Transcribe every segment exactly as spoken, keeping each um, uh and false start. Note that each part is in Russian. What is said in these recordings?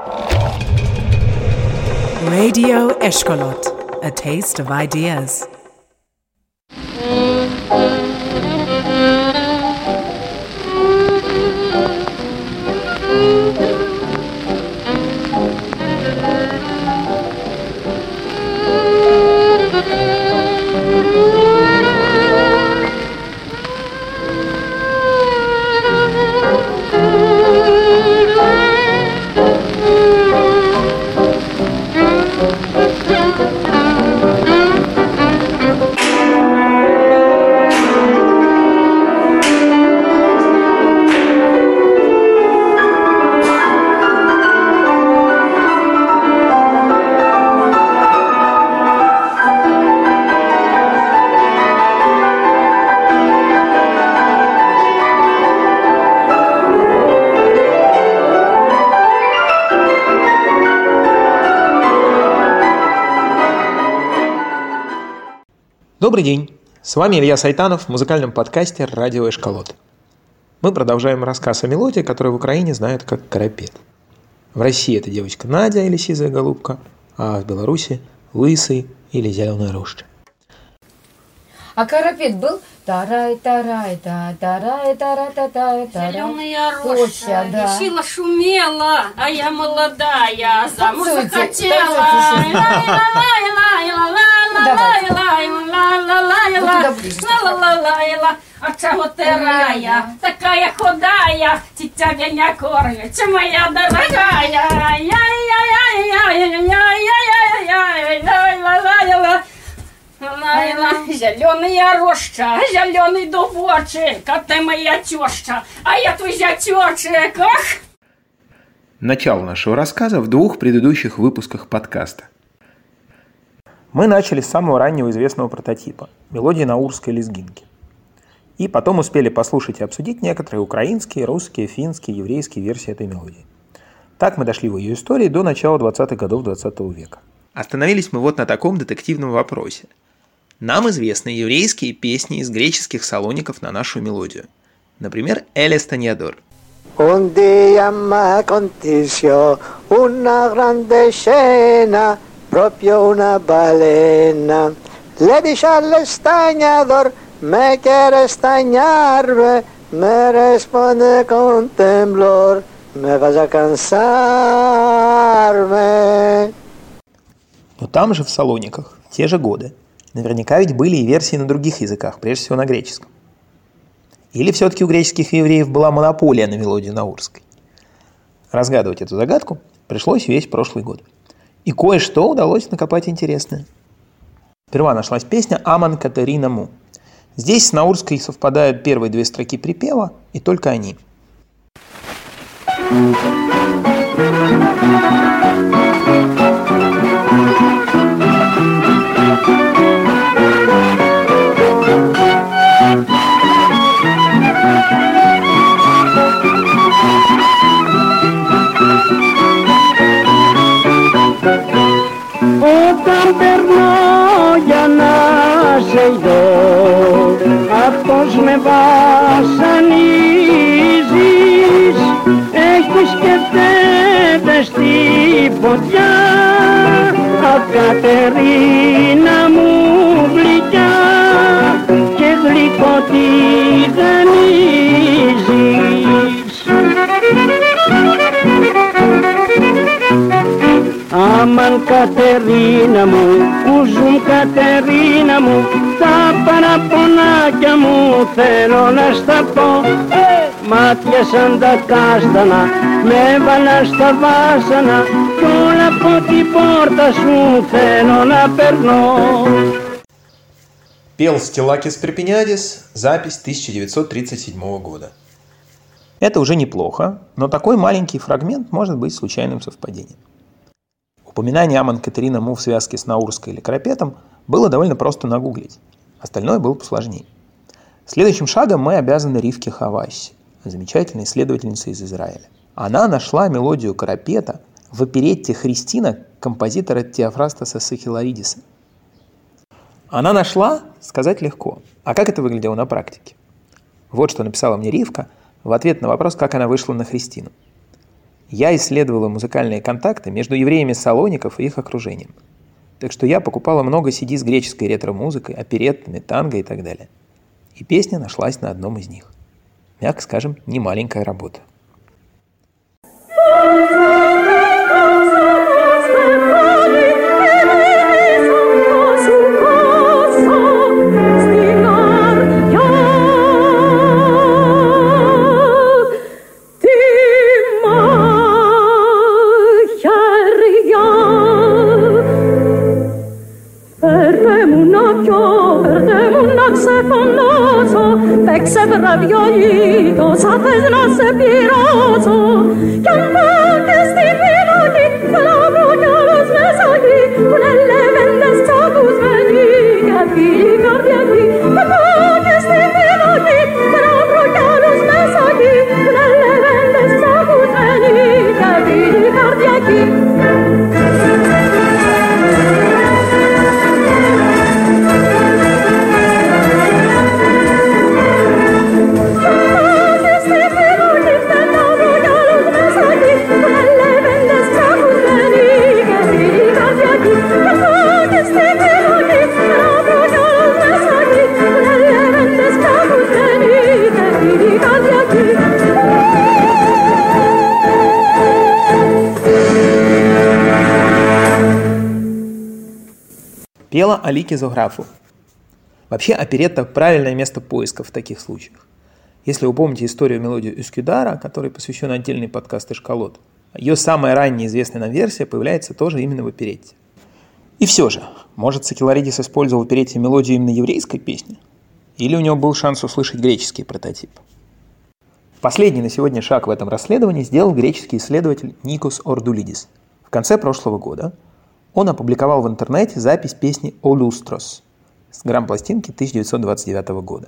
Radio Eshkolot, a taste of ideas. Добрый день! С вами Илья Сайтанов в музыкальном подкасте «Радио Эшколот». Мы продолжаем рассказ о мелодии, которую в Украине знают как «Карапет». В России это девочка Надя или «Сизая голубка», а в Беларуси «Лысый» или «Зеленая роща». А «Карапет» был тарай тарай та тарай тарай та та тарай. Зеленая роща, да. Висела, шумела, а я молодая, замуж захотела. А чего ты рая, такая худая, тебя меня кормит, моя дорогая. Зеленая роща, зеленый дубочек, а ты моя теща, а я твой зятечек. Ах! Начало нашего рассказа в двух предыдущих выпусках подкаста. Мы начали с самого раннего известного прототипа – мелодии наурской лезгинки. И потом успели послушать и обсудить некоторые украинские, русские, финские, еврейские версии этой мелодии. Так мы дошли в ее истории до начала двадцатых годов двадцатого века. Остановились мы вот на таком детективном вопросе. Нам известны еврейские песни из греческих салоников на нашу мелодию. Например, «Эль Эстаньядор». Un día me aconteció una grande scena, proprio una balena. Le dije al estañador, me quiere estañarme, me responde con temblor, me vas a cansarme. Но там же, в Салониках, в те же годы, наверняка ведь были и версии на других языках, прежде всего на греческом. Или все-таки у греческих евреев была монополия на мелодию наурской? Разгадывать эту загадку пришлось весь прошлый год. И кое-что удалось накопать интересное. Сперва нашлась песня «Аман Катерина Му». Здесь с наурской совпадают первые две строки припева, и только они. Όταν περνώ για να σε δω, αυτός με βασανίζεις, έχεις και τέτες στη φωτιά, αχ Κατερίνα μου γλυκιά, και γλυκό τι δανείζεις. Αμαν Κατερίνα μου, κουζουν Κατερίνα μου, τα παραπονάκια μου θέλω να στα πω. Μάτια σαν τα κάστανα, με έβαλα στα βάσανα, κι όλα από την πόρτα σου θέλω να περνώ. Пел Стилакис Припинядис, запись тысяча девятьсот тридцать седьмого года. Это уже неплохо, но такой маленький фрагмент может быть случайным совпадением. Упоминание Аман Катерина Му в связке с наурской или карапетом было довольно просто нагуглить. Остальное было посложнее. Следующим шагом мы обязаны Ривке Хавасси, замечательной исследовательнице из Израиля. Она нашла мелодию карапета в оперетте «Христина» композитора Теофрастаса Сахиларидиса. Она нашла, сказать легко. А как это выглядело на практике? Вот что написала мне Ривка в ответ на вопрос, как она вышла на Христину. Я исследовала музыкальные контакты между евреями Салоников и их окружением. Так что я покупала много си ди с греческой ретро-музыкой, опереттами, танго и так далее. И песня нашлась на одном из них. Мягко скажем, не маленькая работа. Raviolito, sapes nasse piroso, cantate sti melodi, calabro calos mesagi, quelle vendes tagus veni, capili cardiaci, cantate sti melodi, calabro calos mesagi, quelle vendes tagus veni, capili cardiaci. Пела Алики Зографу. Вообще, оперетта – правильное место поиска в таких случаях. Если вы помните историю мелодии Üsküdar'a, которой посвящен отдельный подкаст «Эшколот», ее самая ранняя известная нам версия появляется тоже именно в оперетте. И все же, может, Сакеларидис использовал в оперетте мелодию именно еврейской песни? Или у него был шанс услышать греческий прототип? Последний на сегодня шаг в этом расследовании сделал греческий исследователь Никос Ордулидис. В конце прошлого года он опубликовал в интернете запись песни «О Лустрос» с грампластинки тысяча девятьсот двадцать девятого года.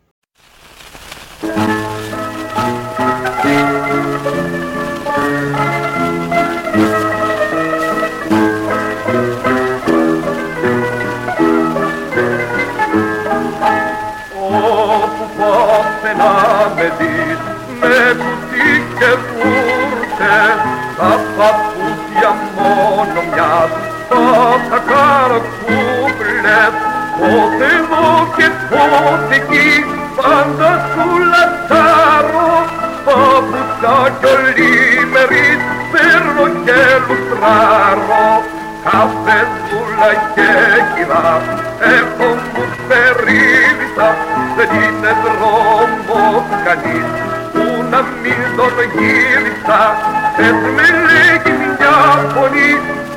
Tanta cara couplet, potevo che potechi, quando sulla tarro, ho buttato l'imeris per non illustrarlo, caffè sulla chiacchiera, e con buste rivista, sedine drombo canis, una milzona ghirista, e smelleghi in giapponi,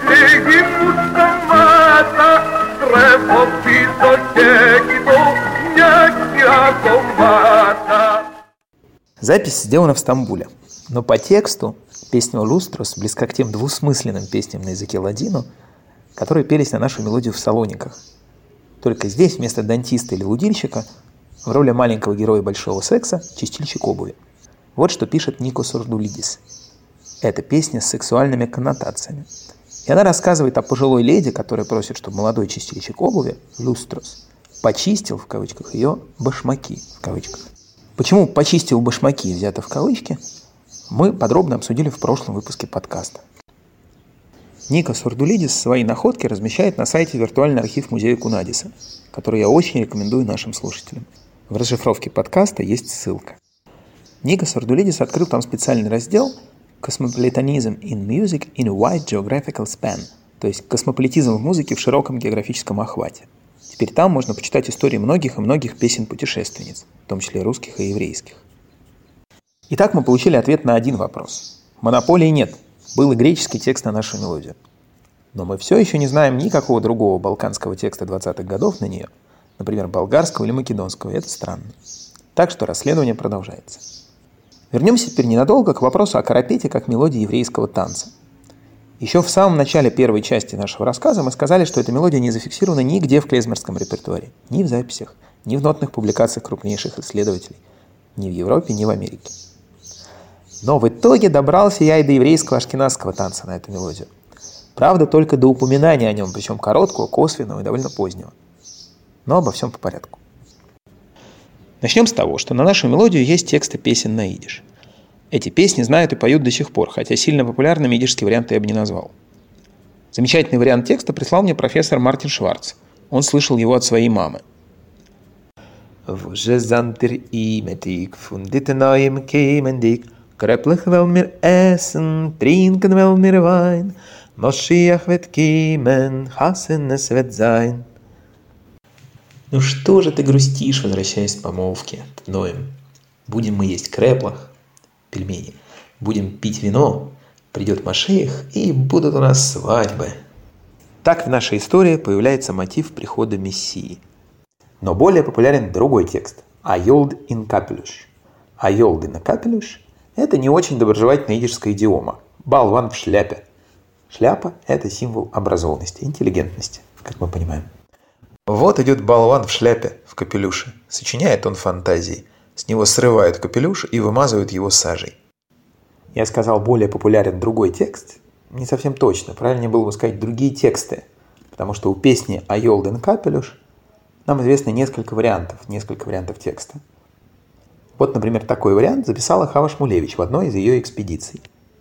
Запись сделана в Стамбуле, но по тексту песня «О Лустрос» близка к тем двусмысленным песням на языке ладино, которые пелись на нашу мелодию в Салониках. Только здесь вместо дантиста или лудильщика в роли маленького героя большого секса чистильщик обуви. Вот что пишет Никос Ордулидис. Это песня с сексуальными коннотациями. И она рассказывает о пожилой леди, которая просит, чтобы молодой чистильщик обуви, Люстрос, почистил, в кавычках, ее башмаки, в кавычках. Почему «почистил башмаки» взято в кавычки, мы подробно обсудили в прошлом выпуске подкаста. Никос Ордулидис свои находки размещает на сайте виртуальный архив музея Кунадиса, который я очень рекомендую нашим слушателям. В расшифровке подкаста есть ссылка. Никос Ордулидис открыл там специальный раздел «Cosmopolitanism in Music in a Wide Geographical Span», то есть «Космополитизм в музыке в широком географическом охвате». Теперь там можно почитать истории многих и многих песен-путешественниц, в том числе русских и еврейских. Итак, мы получили ответ на один вопрос. Монополии нет, был и греческий текст на нашу мелодию. Но мы все еще не знаем никакого другого балканского текста двадцатых годов на нее, например, болгарского или македонского, и это странно. Так что расследование продолжается. Вернемся теперь ненадолго к вопросу о карапете как мелодии еврейского танца. Еще в самом начале первой части нашего рассказа мы сказали, что эта мелодия не зафиксирована нигде в клезмерском репертуаре, ни в записях, ни в нотных публикациях крупнейших исследователей, ни в Европе, ни в Америке. Но в итоге добрался я и до еврейского ашкеназского танца на эту мелодию. Правда, только до упоминания о нем, причем короткого, косвенного и довольно позднего. Но обо всем по порядку. Начнем с того, что на нашу мелодию есть тексты песен на идиш. Эти песни знают и поют до сих пор, хотя сильно популярным идишский вариант я бы не назвал. Замечательный вариант текста прислал мне профессор Мартин Шварц. Он слышал его от своей мамы. «Вже зантер иметик, фундите ноем кеймендик, креплых вел мир эссен, тринкен вел мир вайн, Мошиах вет кеймен, хасенес вет зайн». «Ну что же ты грустишь, возвращаясь с помолвки, ноем? Будем мы есть креплах, пельмени, будем пить вино, придет Машиах, и будут у нас свадьбы». Так в нашей истории появляется мотив прихода Мессии. Но более популярен другой текст «Айолд ин капелюш». «Айолд ин капелюш» – это не очень доброжелательная идишская идиома. «Болван в шляпе». Шляпа – это символ образованности, интеллигентности, как мы понимаем. Вот идет болван в шляпе, в капелюше. Сочиняет он фантазии. С него срывают капелюш и вымазывают его сажей. Я сказал, более популярен другой текст. Не совсем точно. Правильнее было бы сказать другие тексты. Потому что у песни «Айолд ин капелюш» нам известно несколько вариантов, несколько вариантов текста. Вот, например, такой вариант записала Хава Шмулевич в одной из ее экспедиций.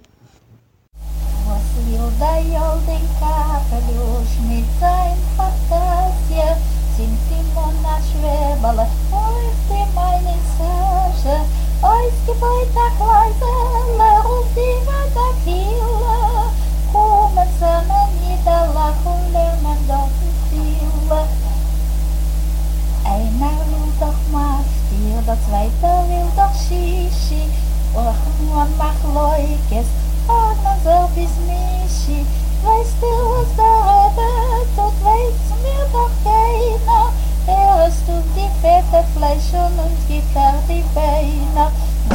Einer will doch Maftir, der zweite will doch Shishi, und man macht Leukes, und man soll bis Mishi. Weißt du, was der Rebbe tut, weiß mir doch keiner. Er ist auf die fette Fleisch und gibt er die Beine.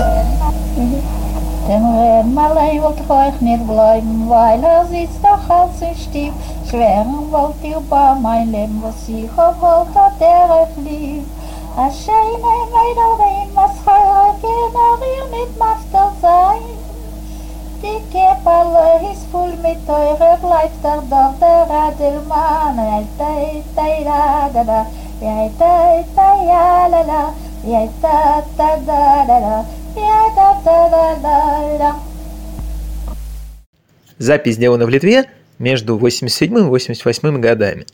Dem Reben allein wollt ich euch nicht bleiben, weil er sitzt doch als ein Stief. Schweren wollt ihr bei mein Leben, was ich auch wollt, hat er euch lieb. A scheine weiter dem, was heure Kinder ihr nicht Mafter sein. Die Kepalle ist voll mit Teure, bleibt er doch der Radelmann. Ja, da, da, da, da, ja, da, da, ja, la, la, ja, da, da, da, da, da, ja, да, да, да, да, да. Запись сделана в Литве между восемьдесят седьмым и восемьдесят восьмым годами.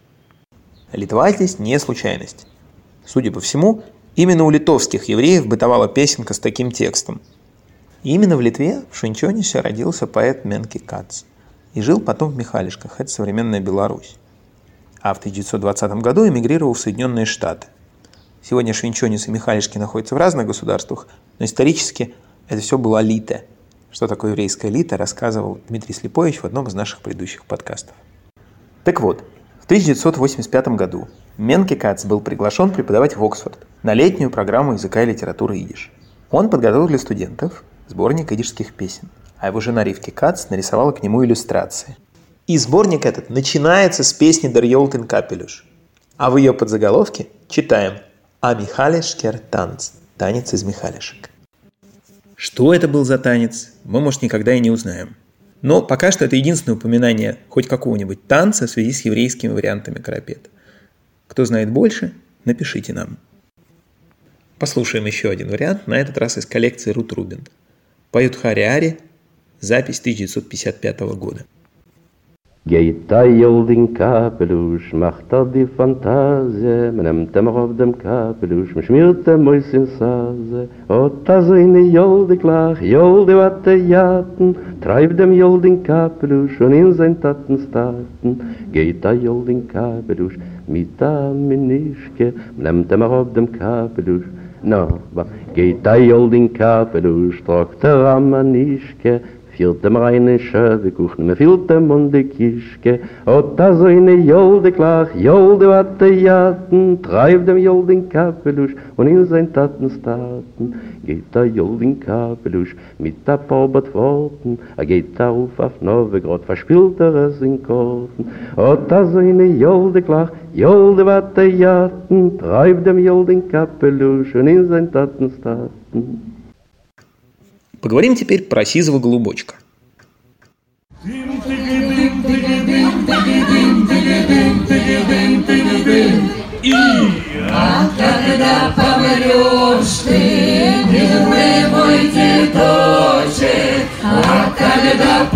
Литва здесь не случайность. Судя по всему, именно у литовских евреев бытовала песенка с таким текстом. И именно в Литве, в Швинчонисе, родился поэт Менки Кац. И жил потом в Михалишках, это современная Беларусь. А в тысяча девятьсот двадцатом году эмигрировал в Соединенные Штаты. Сегодня Швинчонис и Михалишки находятся в разных государствах, но исторически это все было лито. Что такое еврейское лито, рассказывал Дмитрий Слепович в одном из наших предыдущих подкастов. Так вот, в тысяча девятьсот восемьдесят пятом году Менки Кац был приглашен преподавать в Оксфорд на летнюю программу языка и литературы идиш. Он подготовил для студентов сборник идишских песен, а его жена Ривки Кац нарисовала к нему иллюстрации. И сборник этот начинается с песни «Der Йолд ин Капелюш», а в ее подзаголовке читаем «А Михалишкер танц» – танец из Михалишек. Что это был за танец, мы, может, никогда и не узнаем. Но пока что это единственное упоминание хоть какого-нибудь танца в связи с еврейскими вариантами карапета. Кто знает больше, напишите нам. Послушаем еще один вариант, на этот раз из коллекции Рут Рубин. Поют Хари Ари, запись тысяча девятьсот пятьдесят пятого года. Geht der Jold in Kapelusch, macht er die Fantasie, man nimmt ihm auf dem Kapelusch, man schmiert ihm aus in Sase. Und da so in die Jolde klach, Jolde wat der Jaten, treibt dem Jold in Kapelusch und in sein Taten starten. Geht der Jold in Kapelusch, mit der Minischke, man nimmt ihm auf dem Kapelusch. No, aber geht der Jold in Kapelusch, tragt er am Manischke, Fehlt dem reinen Schöbekuchen, mir fehlt dem Munde Kischke. Und da so in die Jolde klach, Jolde wat der Jaten, treibt dem Jold in Kapelusch und in sein Taten starten. Geht der Jold in Kapelusch mit der Porbert Worten, er geht da auf auf Novigrad, verspielt er es in Korten. Und da so in die Jolde klach, Jolde wat der Jaten, treibt dem Jold in Kapelusch und in sein Taten starten. Поговорим теперь про Сизого голубочка. А когда помрешь ты, милый мой дедок,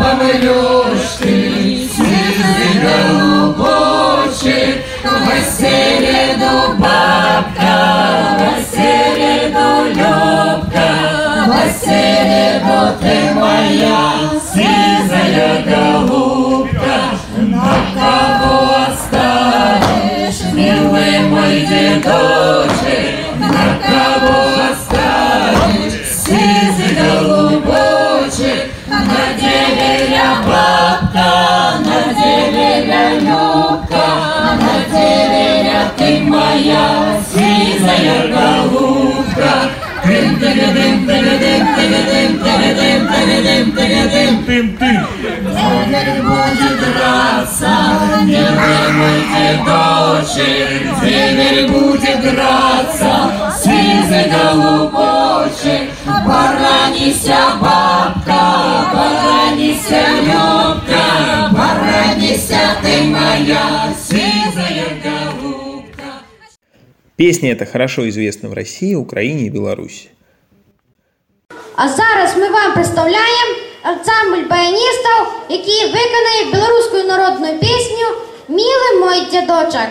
помрешь ты, сизый голубочек, в середу бабка, в середу Любка, в середу ты моя сизая голубка. На кого оставишь, милый мой дедочек, на кого оставишь, сизый голубочек, на деверя бабка, на деверя Любка, на деверя ты моя сизая голубка. Тым тыгадым тыгадым тыгадым тыгадым тыгадым тыгадым тым тым. Деверь будет драться, милый мой дедочек, деверь будет драться, сизый голубочек. Поранися, бабка, поранися, Любка, поранися ты моя сизая голубка. Песня эта хорошо известна в России, Украине и Беларуси. А зараз ми вам представляємо ансамбль баяністів, які виконають білоруську народну пісню «Милый мой дедочек».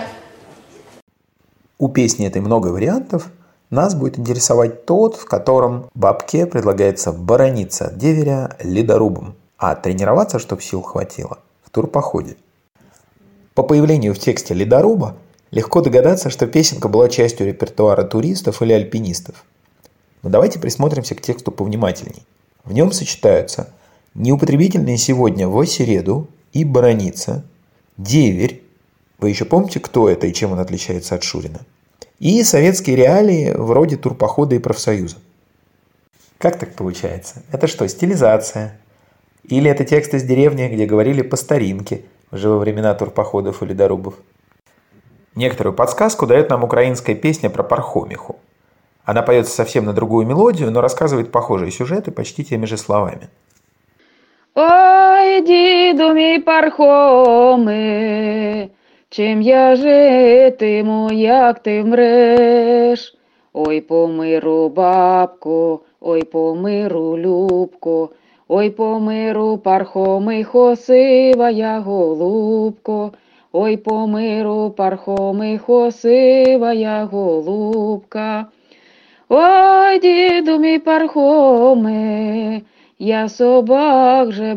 У песни этой много вариантов. Нас будет интересовать тот, в котором бабке предлагается борониться от деверя ледорубом, а тренироваться, чтобы сил хватило, в турпоходе. По появлению в тексте ледоруба легко догадаться, что песенка была частью репертуара туристов или альпинистов. Но давайте присмотримся к тексту повнимательней. В нем сочетаются неупотребительные сегодня «во середу» и «борониться», «деверь». Вы еще помните, кто это и чем он отличается от Шурина? И советские реалии вроде турпохода и профсоюза. Как так получается? Это что, стилизация? Или это текст из деревни, где говорили по старинке, уже во времена турпоходов и ледорубов? Некоторую подсказку дает нам украинская песня про Пархомиху. Она поется совсем на другую мелодию, но рассказывает похожие сюжеты почти теми же словами. Ой, діду мій Пархоме, чим я житиму, як ти вмреш? Ой, по миру, бабко, ой, по миру, Любко, ой, по миру, Пархомихо, сивая голубко, ой, по миру, Пархомихо, сивая голубка. Ой, діду мій Пархоме, я собак же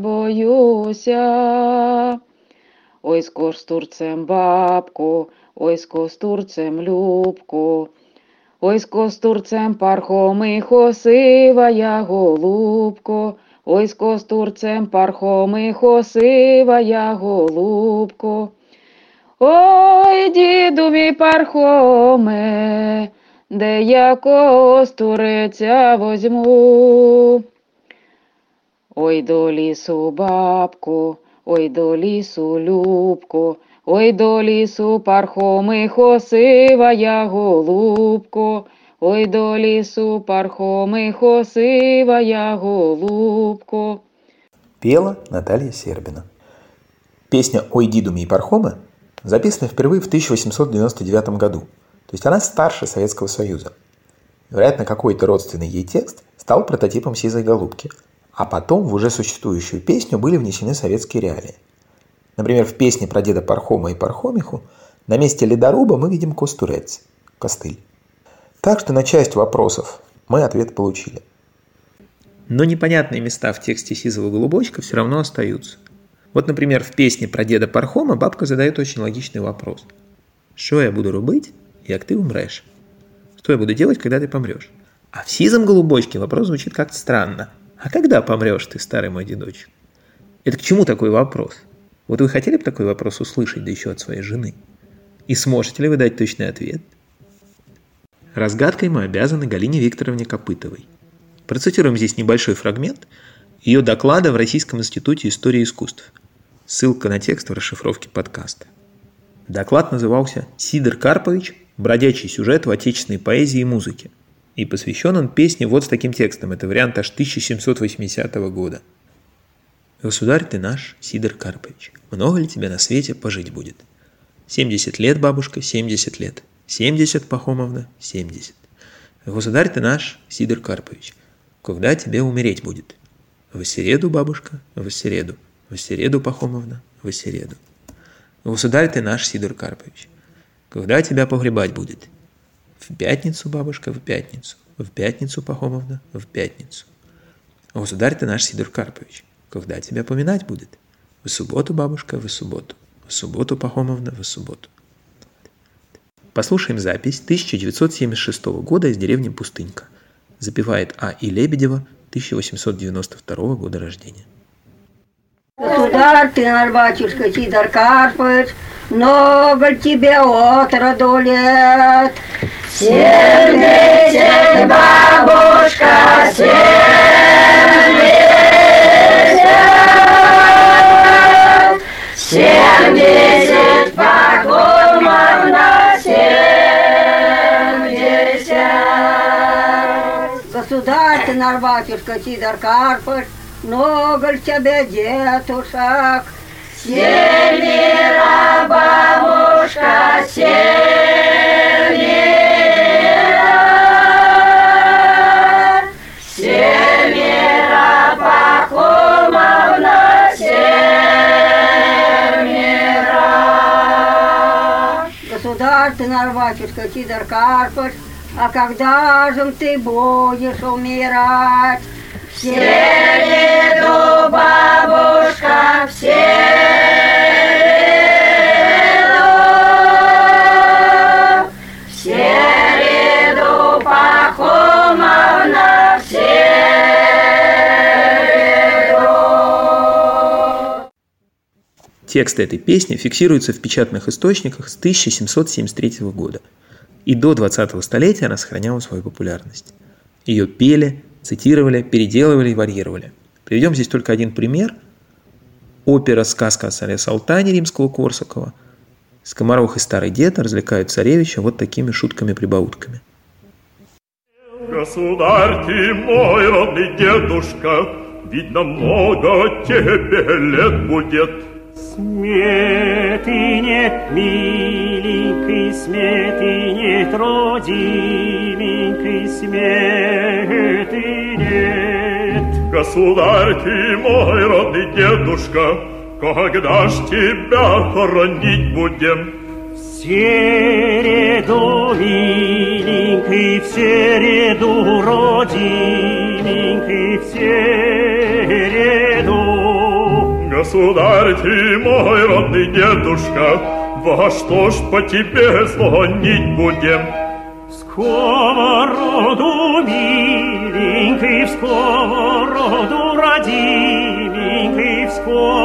боюся. Ой, з костурцем, бабко, ой, з костурцем, Любко, ой, з костурцем, Пархомихо, сивая голубко, ой, з костурцем, Пархомихо, сивая голубко. Ой, діду мій Пархоме, де я костуриця возьму? Ой, до лісу, бабко, ой, до лісу, Любко, ой, до лісу, Пархомихо, сивая голубко, ой, до лісу, Пархомихо, сивая голубко. Пела Наталья Сербина. Песня «Ой, диду мій Пархоме» записана впервые в тысяча восемьсот девяносто девятом году, то есть она старше Советского Союза. Вероятно, какой-то родственный ей текст стал прототипом «Сизой голубки», а потом в уже существующую песню были внесены советские реалии. Например, в песне про деда Пархома и Пархомиху на месте ледоруба мы видим костурец, костыль. Так что на часть вопросов мы ответ получили. Но непонятные места в тексте «Сизого голубочка» все равно остаются. Вот, например, в песне про деда Пархома бабка задает очень логичный вопрос. Что я буду робить, як ты умрешь? Что я буду делать, когда ты помрешь? А в «Сизом голубочке» вопрос звучит как-то странно. А когда помрешь ты, старый мой дедочек? Это к чему такой вопрос? Вот вы хотели бы такой вопрос услышать, да еще от своей жены? И сможете ли вы дать точный ответ? Разгадкой мы обязаны Галине Викторовне Копытовой. Процитируем здесь небольшой фрагмент ее доклада в Российском институте истории искусств. Ссылка на текст в расшифровке подкаста. Доклад назывался «Сидор Карпович. Бродячий сюжет в отечественной поэзии и музыке». И посвящен он песне вот с таким текстом. Это вариант аж тысяча семьсот восьмидесятого года. «Государь ты наш, Сидор Карпович, много ли тебе на свете пожить будет? Семьдесят лет, бабушка, семьдесят лет. Семьдесят, Пахомовна, семьдесят. Государь ты наш, Сидор Карпович, когда тебе умереть будет? В середу, бабушка, в середу. в середу, Пахомовна, в середу. Государь ты наш, Сидор Карпович, когда тебя погребать будет? В пятницу, бабушка, в пятницу. В пятницу, Пахомовна, в пятницу. Государь ты наш, Сидор Карпович, когда тебя поминать будет? В субботу, бабушка, в субботу. В субботу, Пахомовна, в субботу. Послушаем запись тысяча девятьсот семьдесят шестого года из деревни Пустынька. Запевает А. И. Лебедева, тысяча восемьсот девяносто второго года рождения. Государь ты наш, батюшка Сидор Карпович, много тебе от роду лет. Семьдесят, бабушка, семьдесят, семьдесят, Пахомовна, семьдесят. Государь ты наш, батюшка Сидор Карпович, много ли тебе детушек? Семеро, бабушка, семеро, семеро, Пахомовна, семеро. Государь ты наш, батюшка Сидор Карпович, а когда же ты будешь умирать? В середу, бабушка, в середу, в середу, Пахомовна, в середу. Текст этой песни фиксируется в печатных источниках с тысяча семьсот семьдесят третьего года, и до двадцатого столетия она сохраняла свою популярность. Ее пели, цитировали, переделывали и варьировали. Приведем здесь только один пример. Опера «Сказка о царе Салтане» Римского-Корсакова. Скоморох и старый дед развлекают царевича вот такими шутками-прибаутками. Государь ты мой родный дедушка, видно, много тебе лет будет. Сметы нет, миленький, сметы нет, родименький, сметы нет. Государь ты мой родный дедушка, когда ж тебя хоронить будем? В середу, миленький, в середу, родименький, в середу. Государь ты мой родный дедушка, во что ж по тебе звонить будем? В сковороду, миленький, в сковороду, родименький, в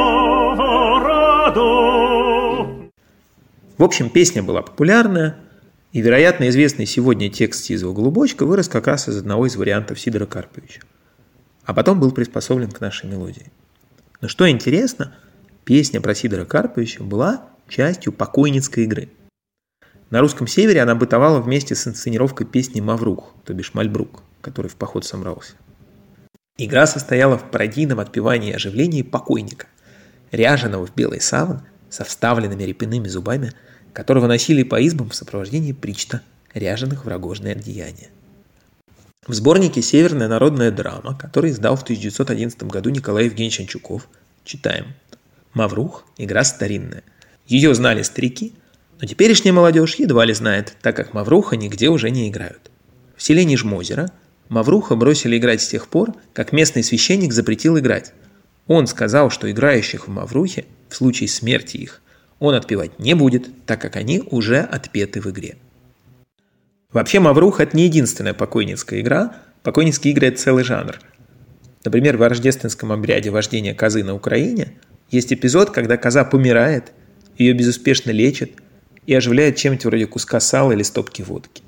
сковороду. В общем, песня была популярная, и, вероятно, известный сегодня текст «Сизого голубочка» вырос как раз из одного из вариантов Сидора Карповича, а потом был приспособлен к нашей мелодии. Но что интересно, песня про Сидора Карповича была частью покойницкой игры. На русском севере она бытовала вместе с инсценировкой песни «Маврух», то бишь «Мальбрук», который в поход собрался. Игра состояла в пародийном отпевании и оживлении покойника, ряженого в белый саван со вставленными репяными зубами, которого носили по избам в сопровождении причта, ряженых в рогожное одеяние. В сборнике «Северная народная драма», который издал в тысяча девятьсот одиннадцатом году Николай Евгеньевич Анчуков, читаем: «Маврух – игра старинная. Ее знали старики, но теперешняя молодежь едва ли знает, так как Мавруха нигде уже не играют. В селе Нижмозеро Мавруха бросили играть с тех пор, как местный священник запретил играть. Он сказал, что играющих в Маврухе, в случае смерти их, он отпевать не будет, так как они уже отпеты в игре». Вообще, Маврух – это не единственная покойницкая игра. Покойницкие игры – это целый жанр. Например, в рождественском обряде вождения козы на Украине есть эпизод, когда коза помирает, ее безуспешно лечат и оживляют чем-нибудь вроде куска сала или стопки водки.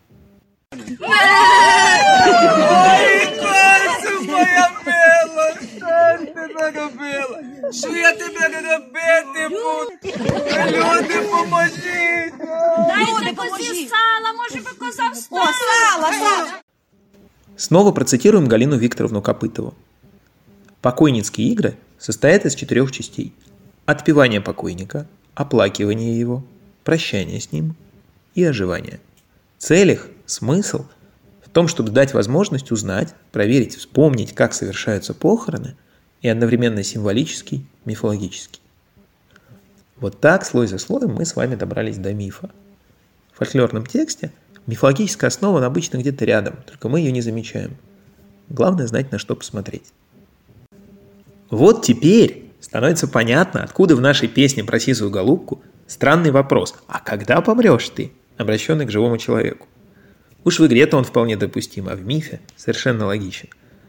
Що я тебе робити буду? Люди, поможіть! Дайте козі сала, може би коза встала. О, сала, сала. Снова процитируем Галину Викторовну Копытову. Покойницкие игры состоят из четырех частей. Отпевание покойника, оплакивание его, прощание с ним и оживание. Цель их, смысл в том, чтобы дать возможность узнать, проверить, вспомнить, как совершаются похороны, и одновременно символический, мифологический. Вот так, слой за слоем, мы с вами добрались до мифа. В фольклорном тексте мифологическая основа обычно где-то рядом, только мы ее не замечаем. Главное знать, на что посмотреть. Вот теперь становится понятно, откуда в нашей песне про сизую голубку странный вопрос «А когда помрешь ты?», обращенный к живому человеку. Уж в игре-то он вполне допустим, а в мифе совершенно логичен.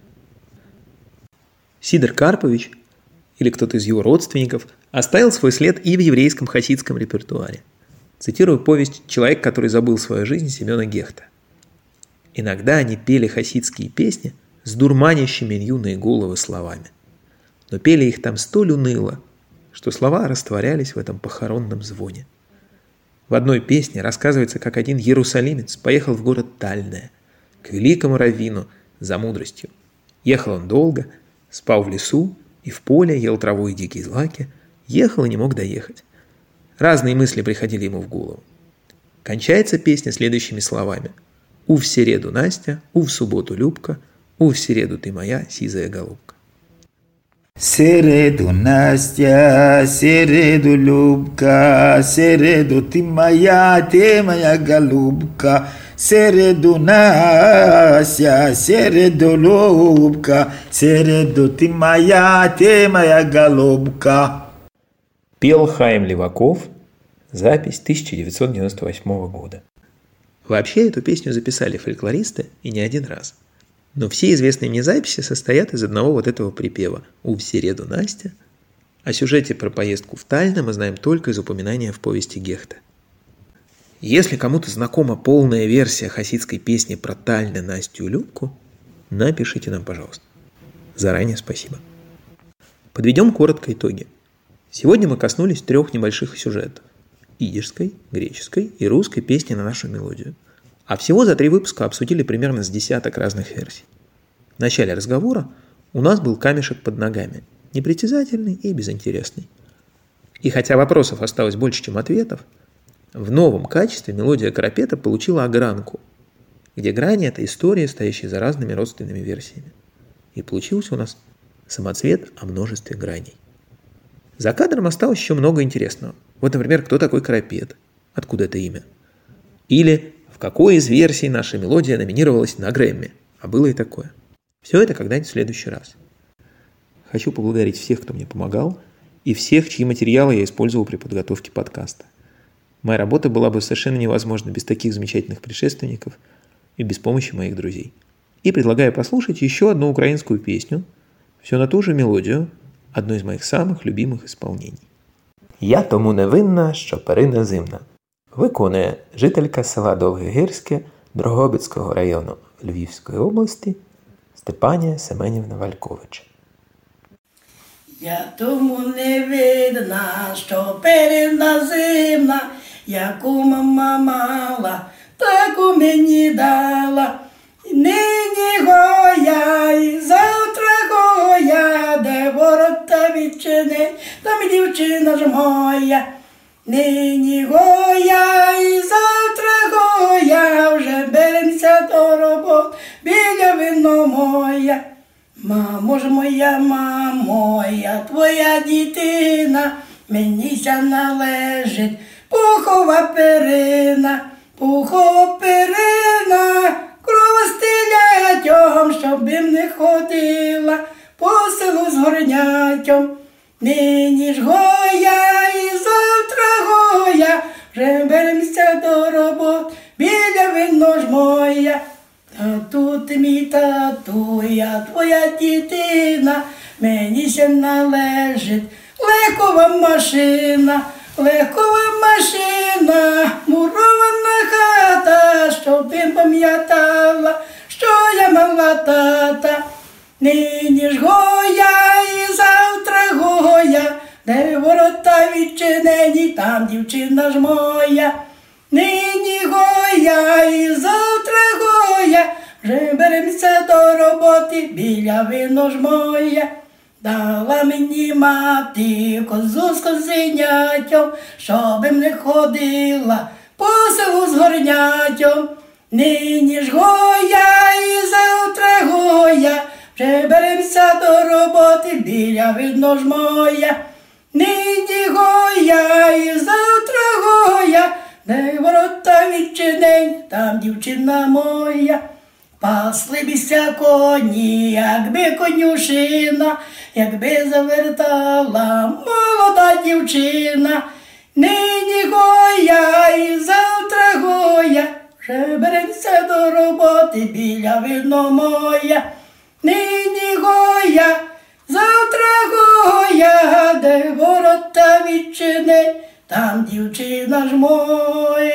Сидор Карпович, или кто-то из его родственников, оставил свой след и в еврейском хасидском репертуаре. Цитирую повесть «Человек, который забыл свою жизнь» Семена Гехта. Иногда они пели хасидские песни с дурманящими юные головы словами. Но пели их там столь уныло, что слова растворялись в этом похоронном звоне. В одной песне рассказывается, как один иерусалимец поехал в город Тальное к великому раввину за мудростью. Ехал он долго, спал в лесу и в поле, ел траву и дикие злаки, ехал и не мог доехать. Разные мысли приходили ему в голову. Кончается песня следующими словами: «У в середу Настя, у в субботу Любка, у в середу ты моя сизая голубка». Середу Настя, середу Любка, середу ты моя, ты моя голубка. Середу Настя, середу Любка, середу ты моя, ты моя голубка. Пел Хаим Леваков, запись тысяча девятьсот девяносто восьмого года. Вообще эту песню записали фольклористы и не один раз. Но все известные мне записи состоят из одного вот этого припева «У в середу Настя». О сюжете про поездку в Тальное мы знаем только из упоминания в повести Гехта. Если кому-то знакома полная версия хасидской песни про Тальное, Настю и Любку, напишите нам, пожалуйста. Заранее спасибо. Подведем коротко итоги. Сегодня мы коснулись трех небольших сюжетов – идишской, греческой и русской песни на нашу мелодию. А всего за три выпуска обсудили примерно с десяток разных версий. В начале разговора у нас был камешек под ногами, непритязательный и безинтересный. И хотя вопросов осталось больше, чем ответов, в новом качестве мелодия Карапета получила огранку, где грани – это история, стоящая за разными родственными версиями. И получился у нас самоцвет о множестве граней. За кадром осталось еще много интересного. Вот, например, кто такой Карапет, откуда это имя. Или в какой из версий наша мелодия номинировалась на Грэмми, а было и такое. Все это когда-нибудь в следующий раз. Хочу поблагодарить всех, кто мне помогал, и всех, чьи материалы я использовал при подготовке подкаста. Моя работа была бы совершенно невозможна без таких замечательных предшественников и без помощи моих друзей. И предлагаю послушать еще одну украинскую песню, все на ту же мелодию, одно из моих самых любимых исполнений. «Я тому не винна, що перина зимна» виконує жителька села Довгогірське Дрогобицького району Львівської області Степанія Семенівна Валькович. Я тому не видна, що перина зимна, яку мама мала, таку мені дала. Нині гоя, і завтра гоя, де ворота відчини, там дівчина ж моя. Нині гоя, і завтра гоя, вже беремся до робот, біля вино моя. Мамо ж моя, мамо, я твоя дитина, мені ся належить пухова перина, пухова перина, кровостилятьом, щоб їм не ходила по селу з горнятьом. Нині ж гоя, і завтра гоя, вже беремся до робот, біля вино ж моя. Тату ти мій тату, я твоя дитина, мені ще належить легкова машина, легкова машина, мурована хата, щоб він пам'ятала, що я мала тата. Нині ж гоя, і завтра гоя, де ворота відчинені, там дівчина ж моя. Нині гоя, і завтра гоя, вже беремся до роботи, біля вино ж моя. Дала мені мати козу з козенятьом, щобим не ходила по селу з горнятьом. Нині ж гоя, і завтра гоя, вже беремся до роботи, біля видно ж моя. Нині гоя і завтра гоя, де ворота відчинень, там дівчина моя. Паслибіся коні, якби конюшина, якби завертала молода дівчина. Нині гоя і завтра гоя, вже беремся до роботи, біля видно моя. Нині гоя, завтра гоя, де ворота відчинить, там дівчина ж моя.